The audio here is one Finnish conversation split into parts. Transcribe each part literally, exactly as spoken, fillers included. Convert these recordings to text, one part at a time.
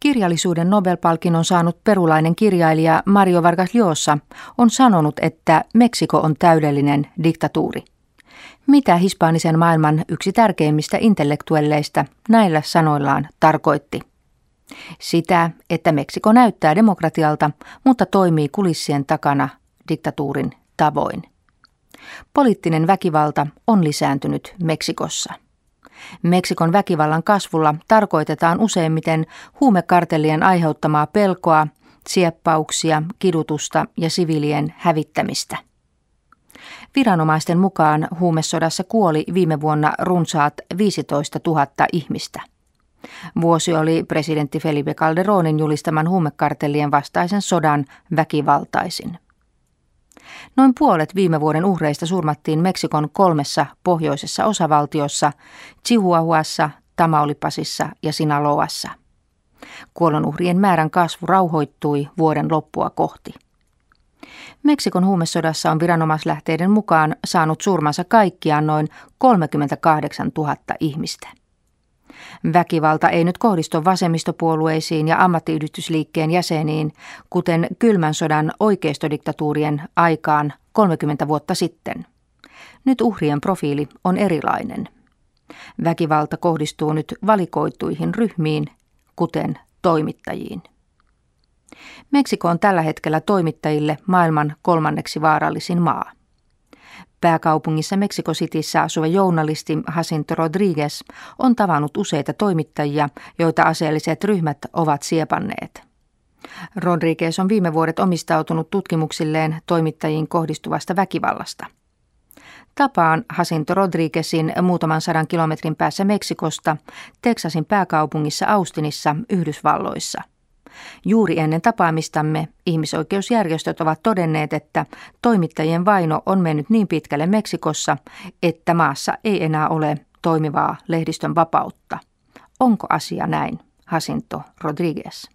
Kirjallisuuden Nobel-palkinnon saanut perulainen kirjailija Mario Vargas Llosa on sanonut, että Meksiko on täydellinen diktatuuri. Mitä hispaanisen maailman yksi tärkeimmistä intellektuelleista näillä sanoillaan tarkoitti? Sitä, että Meksiko näyttää demokratialta, mutta toimii kulissien takana diktatuurin tavoin. Poliittinen väkivalta on lisääntynyt Meksikossa. Meksikon väkivallan kasvulla tarkoitetaan useimmiten huumekartellien aiheuttamaa pelkoa, sieppauksia, kidutusta ja siviilien hävittämistä. Viranomaisten mukaan huumesodassa kuoli viime vuonna runsaat viisitoista tuhatta ihmistä. Vuosi oli presidentti Felipe Calderonin julistaman huumekartellien vastaisen sodan väkivaltaisin. Noin puolet viime vuoden uhreista surmattiin Meksikon kolmessa pohjoisessa osavaltiossa, Chihuahuassa, Tamaulipasissa ja Sinaloassa. Kuolonuhrien määrän kasvu rauhoittui vuoden loppua kohti. Meksikon huumesodassa on viranomaislähteiden mukaan saanut surmansa kaikkiaan noin kolmekymmentäkahdeksan tuhatta ihmistä. Väkivalta ei nyt kohdistu vasemmistopuolueisiin ja ammattiyhdistysliikkeen jäseniin, kuten kylmän sodan oikeistodiktatuurien aikaan kolmekymmentä vuotta sitten. Nyt uhrien profiili on erilainen. Väkivalta kohdistuu nyt valikoituihin ryhmiin, kuten toimittajiin. Meksiko on tällä hetkellä toimittajille maailman kolmanneksi vaarallisin maa. Pääkaupungissa Mexico Cityssä asuva journalisti Jacinto Rodríguez on tavannut useita toimittajia, joita aseelliset ryhmät ovat siepanneet. Rodríguez on viime vuodet omistautunut tutkimuksilleen toimittajiin kohdistuvasta väkivallasta. Tapaan Jacinto Rodríguezin muutaman sadan kilometrin päässä Meksikosta, Teksasin pääkaupungissa Austinissa, Yhdysvalloissa. Juuri ennen tapaamistamme ihmisoikeusjärjestöt ovat todenneet, että toimittajien vaino on mennyt niin pitkälle Meksikossa, että maassa ei enää ole toimivaa lehdistön vapautta. Onko asia näin, Jacinto Rodríguez?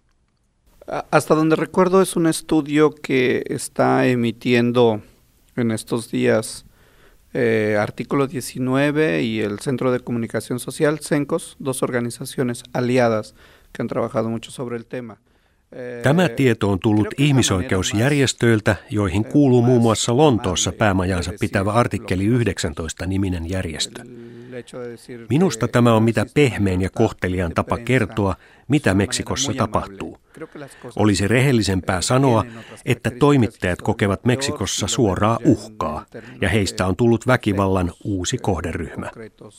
Hasta donde recuerdo es un estudio que está emitiendo en estos días eh, Artículo diecinueve y el Centro de Comunicación Social, CENCOS, dos organizaciones aliadas que han trabajado mucho sobre el tema. Tämä tieto on tullut ihmisoikeusjärjestöiltä, joihin kuuluu muun muassa Lontoossa päämajansa pitävä artikkeli yhdeksäntoista-niminen järjestö. Minusta tämä on mitä pehmein ja kohteliaan tapa kertoa, mitä Meksikossa tapahtuu. Olisi rehellisempää sanoa, että toimittajat kokevat Meksikossa suoraa uhkaa, ja heistä on tullut väkivallan uusi kohderyhmä.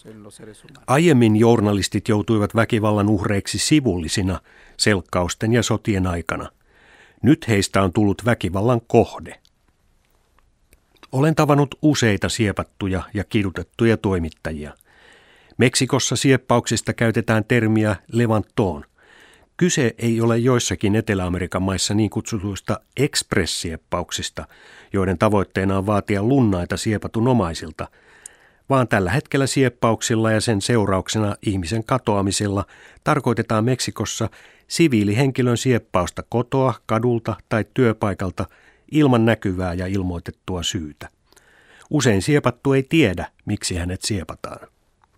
Aiemmin journalistit joutuivat väkivallan uhreiksi sivullisina selkkausten ja sotien aikana. Nyt heistä on tullut väkivallan kohde. Olen tavannut useita siepattuja ja kidutettuja toimittajia. Meksikossa sieppauksista käytetään termiä levantón. Kyse ei ole joissakin Etelä-Amerikan maissa niin kutsutuista express-sieppauksista, joiden tavoitteena on vaatia lunnaita siepatun omaisilta, vaan tällä hetkellä sieppauksilla ja sen seurauksena ihmisen katoamisella tarkoitetaan Meksikossa siviilihenkilön sieppausta kotoa, kadulta tai työpaikalta ilman näkyvää ja ilmoitettua syytä. Usein siepattu ei tiedä, miksi hänet siepataan.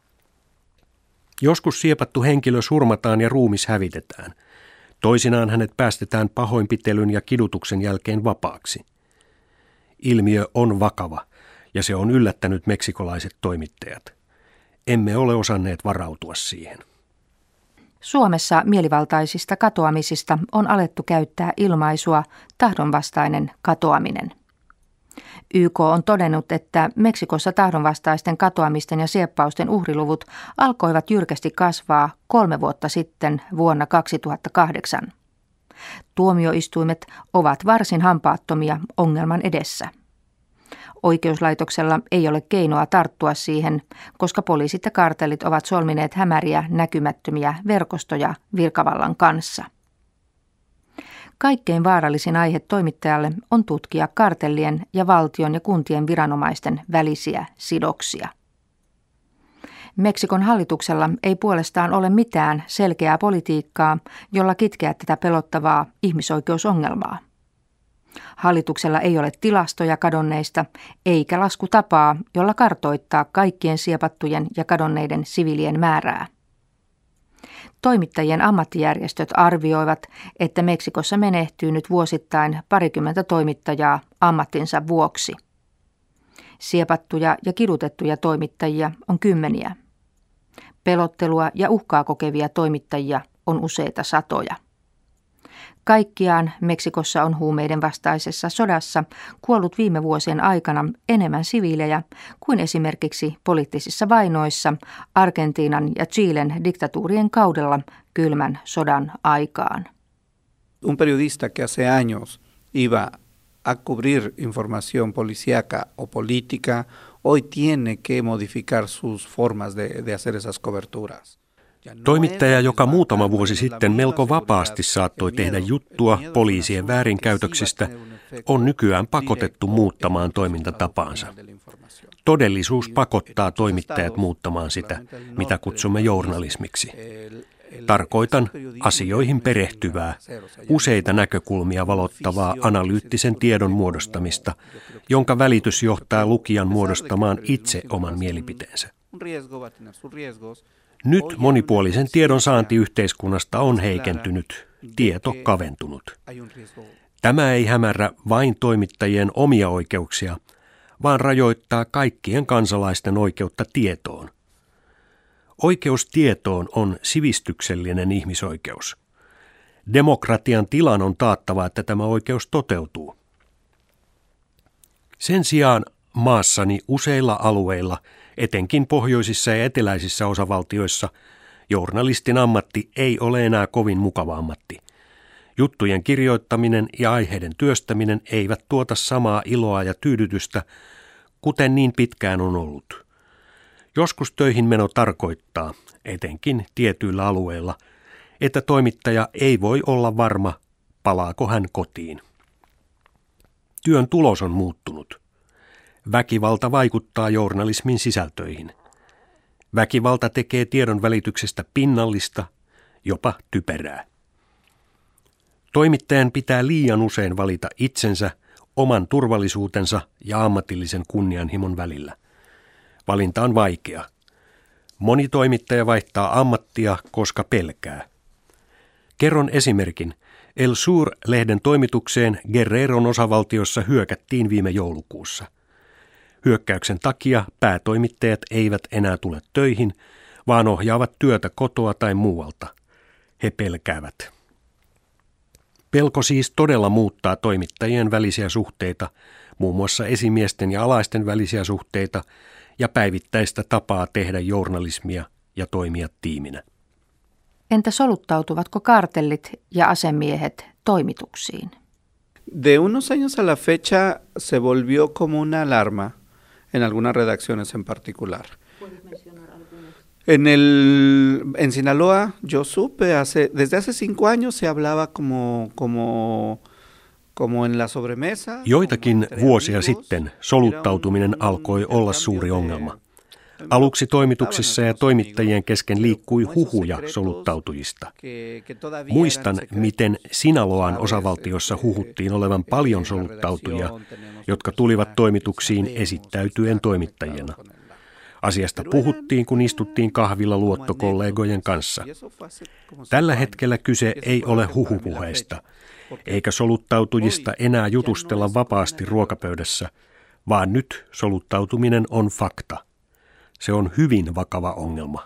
Joskus siepattu henkilö surmataan ja ruumis hävitetään. Toisinaan hänet päästetään pahoinpitelyn ja kidutuksen jälkeen vapaaksi. Ilmiö on vakava ja se on yllättänyt meksikolaiset toimittajat. Emme ole osanneet varautua siihen. Suomessa mielivaltaisista katoamisista on alettu käyttää ilmaisua tahdonvastainen katoaminen. Y K on todennut, että Meksikossa tahdonvastaisten katoamisten ja sieppausten uhriluvut alkoivat jyrkästi kasvaa kolme vuotta sitten vuonna kaksituhattakahdeksan. Tuomioistuimet ovat varsin hampaattomia ongelman edessä. Oikeuslaitoksella ei ole keinoa tarttua siihen, koska poliisit ja kartellit ovat solmineet hämäriä näkymättömiä verkostoja virkavallan kanssa. Kaikkein vaarallisin aihe toimittajalle on tutkia kartellien ja valtion ja kuntien viranomaisten välisiä sidoksia. Meksikon hallituksella ei puolestaan ole mitään selkeää politiikkaa, jolla kitkeä tätä pelottavaa ihmisoikeusongelmaa. Hallituksella ei ole tilastoja kadonneista eikä laskutapaa, jolla kartoittaa kaikkien siepattujen ja kadonneiden siviilien määrää. Toimittajien ammattijärjestöt arvioivat, että Meksikossa menehtyy nyt vuosittain parikymmentä toimittajaa ammattinsa vuoksi. Siepattuja ja kidutettuja toimittajia on kymmeniä. Pelottelua ja uhkaa kokevia toimittajia on useita satoja. Kaikkiaan Meksikossa on huumeiden vastaisessa sodassa kuollut viime vuosien aikana enemmän siviilejä kuin esimerkiksi poliittisissa vainoissa Argentiinan ja Chilen diktatuurien kaudella kylmän sodan aikaan. Un periodista que hace años iba a cubrir información policíaca o política, hoy tiene que modificar sus formas de, de hacer esas coberturas. Toimittaja, joka muutama vuosi sitten melko vapaasti saattoi tehdä juttua poliisien väärinkäytöksistä, on nykyään pakotettu muuttamaan toimintatapaansa. Todellisuus pakottaa toimittajat muuttamaan sitä, mitä kutsumme journalismiksi. Tarkoitan asioihin perehtyvää, useita näkökulmia valottavaa analyyttisen tiedon muodostamista, jonka välitys johtaa lukijan muodostamaan itse oman mielipiteensä. Nyt monipuolisen tiedon saanti yhteiskunnasta on heikentynyt, tieto kaventunut. Tämä ei hämärrä vain toimittajien omia oikeuksia, vaan rajoittaa kaikkien kansalaisten oikeutta tietoon. Oikeus tietoon on sivistyksellinen ihmisoikeus. Demokratian tilan on taattava, että tämä oikeus toteutuu. Sen sijaan maassani useilla alueilla, etenkin pohjoisissa ja eteläisissä osavaltioissa, journalistin ammatti ei ole enää kovin mukava ammatti. Juttujen kirjoittaminen ja aiheiden työstäminen eivät tuota samaa iloa ja tyydytystä, kuten niin pitkään on ollut. Joskus töihin meno tarkoittaa, etenkin tietyillä alueilla, että toimittaja ei voi olla varma, palaako hän kotiin. Työn tulos on muuttunut. Väkivalta vaikuttaa journalismin sisältöihin. Väkivalta tekee tiedon välityksestä pinnallista, jopa typerää. Toimittajan pitää liian usein valita itsensä, oman turvallisuutensa ja ammatillisen kunnianhimon välillä. Valinta on vaikea. Moni toimittaja vaihtaa ammattia, koska pelkää. Kerron esimerkin. El Sur-lehden toimitukseen Guerreron osavaltiossa hyökättiin viime joulukuussa. Hyökkäyksen takia päätoimittajat eivät enää tule töihin, vaan ohjaavat työtä kotoa tai muualta. He pelkäävät. Pelko siis todella muuttaa toimittajien välisiä suhteita, muun muassa esimiesten ja alaisten välisiä suhteita ja päivittäistä tapaa tehdä journalismia ja toimia tiiminä. Entä soluttautuvatko kartellit ja asemiehet toimituksiin? De unos años a la fecha se volvió como una alarma en algunas redacciones en particular. En el en Sinaloa yo supe hace desde hace cinco años se hablaba como como como en la sobremesa. Joitakin vuosia sitten soluttautuminen alkoi olla suuri ongelma. Aluksi toimituksissa ja toimittajien kesken liikkui huhuja soluttautujista. Muistan, miten Sinaloan osavaltiossa huhuttiin olevan paljon soluttautujia, jotka tulivat toimituksiin esittäytyen toimittajina. Asiasta puhuttiin, kun istuttiin kahvilla luottokollegojen kanssa. Tällä hetkellä kyse ei ole huhupuheista, eikä soluttautujista enää jutustella vapaasti ruokapöydässä, vaan nyt soluttautuminen on fakta. Se on hyvin vakava ongelma.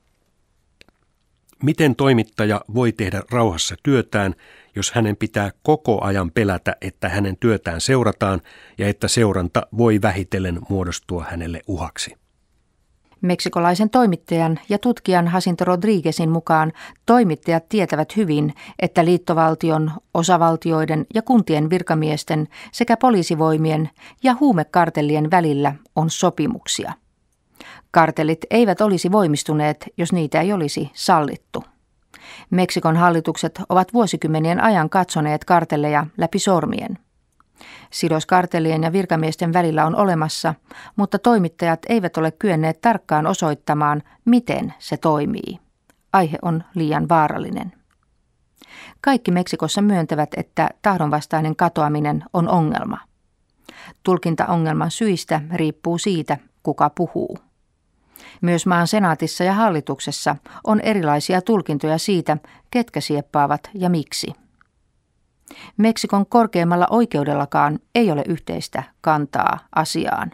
Miten toimittaja voi tehdä rauhassa työtään, jos hänen pitää koko ajan pelätä, että hänen työtään seurataan ja että seuranta voi vähitellen muodostua hänelle uhaksi? Meksikolaisen toimittajan ja tutkijan Jacinto Rodriguezin mukaan toimittajat tietävät hyvin, että liittovaltion, osavaltioiden ja kuntien virkamiesten sekä poliisivoimien ja huumekartellien välillä on sopimuksia. Kartellit eivät olisi voimistuneet, jos niitä ei olisi sallittu. Meksikon hallitukset ovat vuosikymmenien ajan katsoneet kartelleja läpi sormien. Sidos kartellien ja virkamiesten välillä on olemassa, mutta toimittajat eivät ole kyenneet tarkkaan osoittamaan, miten se toimii. Aihe on liian vaarallinen. Kaikki Meksikossa myöntävät, että tahdonvastainen katoaminen on ongelma. Tulkinta ongelman syistä riippuu siitä, kuka puhuu. Myös maan senaatissa ja hallituksessa on erilaisia tulkintoja siitä, ketkä sieppaavat ja miksi. Meksikon korkeimmalla oikeudellakaan ei ole yhteistä kantaa asiaan.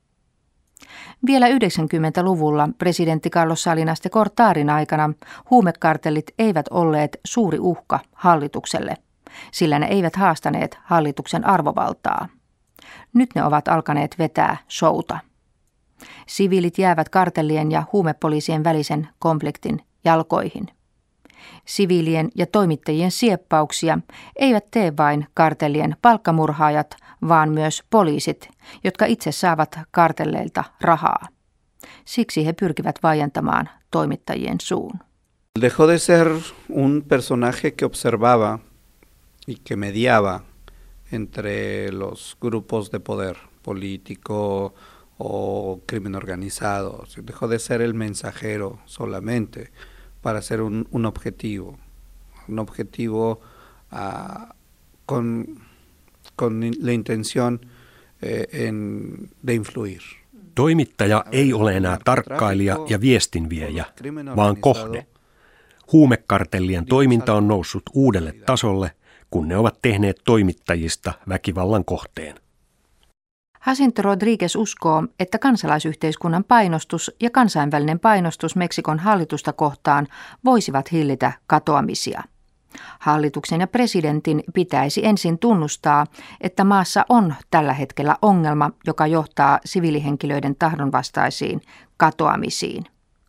Vielä yhdeksänkymmentäluvulla presidentti Carlos Salinas de Gortarin aikana huumekartellit eivät olleet suuri uhka hallitukselle, sillä ne eivät haastaneet hallituksen arvovaltaa. Nyt ne ovat alkaneet vetää showta. Siviilit jäävät kartellien ja huumepoliisien välisen konfliktin jalkoihin. Siviilien ja toimittajien sieppauksia eivät tee vain kartellien palkkamurhaajat, vaan myös poliisit, jotka itse saavat kartelleilta rahaa. Siksi he pyrkivät vaientamaan toimittajien suun. Dejó de ser un personaje que observaba y que mediaba entre los grupos de poder político o crimen organizado. Dejó de ser el mensajero solamente para ser un, un objetivo, un objetivo uh, con, con la intención eh, en, de influir. Toimittaja ei ole enää tarkkailija ja viestinviejä, vaan kohde. Huumekartellien toiminta on noussut uudelle tasolle, kun ne ovat tehneet toimittajista väkivallan kohteen. Jacinto Rodríguez uskoo, että kansalaisyhteiskunnan painostus ja kansainvälinen painostus Meksikon hallitusta kohtaan voisivat hillitä katoamisia. Hallituksen ja presidentin pitäisi ensin tunnustaa, että maassa on tällä hetkellä ongelma, joka johtaa siviilihenkilöiden tahdonvastaisiin katoamisiin.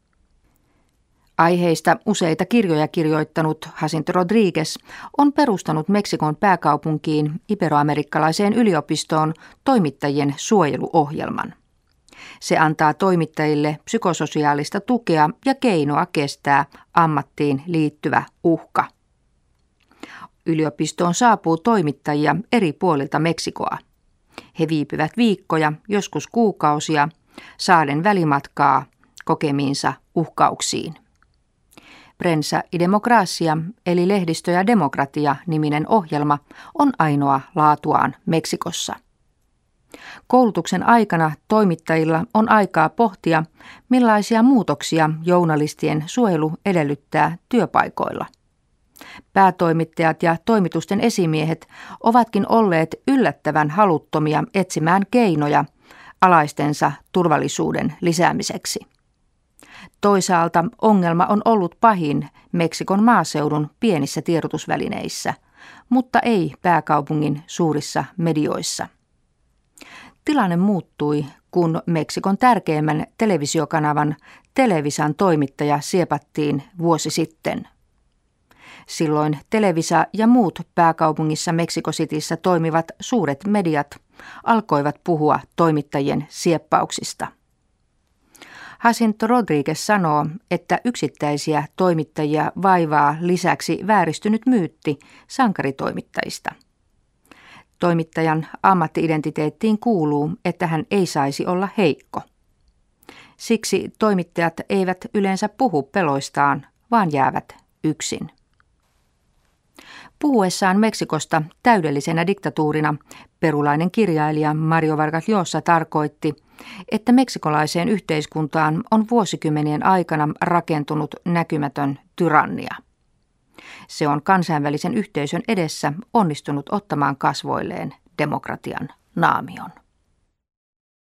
Aiheista useita kirjoja kirjoittanut Jacinto Rodríguez on perustanut Meksikon pääkaupunkiin iberoamerikkalaiseen yliopistoon toimittajien suojeluohjelman. Se antaa toimittajille psykososiaalista tukea ja keinoa kestää ammattiin liittyvä uhka. Yliopistoon saapuu toimittajia eri puolilta Meksikoa. He viipyvät viikkoja, joskus kuukausia, saaden välimatkaa kokemiinsa uhkauksiin. Prensa y Democracia, eli lehdistö ja demokratia niminen ohjelma, on ainoa laatuaan Meksikossa. Koulutuksen aikana toimittajilla on aikaa pohtia, millaisia muutoksia journalistien suojelu edellyttää työpaikoilla. Päätoimittajat ja toimitusten esimiehet ovatkin olleet yllättävän haluttomia etsimään keinoja alaistensa turvallisuuden lisäämiseksi. Toisaalta ongelma on ollut pahin Meksikon maaseudun pienissä tiedotusvälineissä, mutta ei pääkaupungin suurissa medioissa. Tilanne muuttui, kun Meksikon tärkeimmän televisiokanavan Televisan toimittaja siepattiin vuosi sitten. Silloin Televisa ja muut pääkaupungissa Mexico Cityssä toimivat suuret mediat alkoivat puhua toimittajien sieppauksista. Jacinto Rodríguez sanoo, että yksittäisiä toimittajia vaivaa lisäksi vääristynyt myytti sankaritoimittajista. Toimittajan ammatti-identiteettiin kuuluu, että hän ei saisi olla heikko. Siksi toimittajat eivät yleensä puhu peloistaan, vaan jäävät yksin. Puhuessaan Meksikosta täydellisenä diktatuurina perulainen kirjailija Mario Vargas Llosa tarkoitti, että meksikolaiseen yhteiskuntaan on vuosikymmenien aikana rakentunut näkymätön tyrannia. Se on kansainvälisen yhteisön edessä onnistunut ottamaan kasvoilleen demokratian naamion.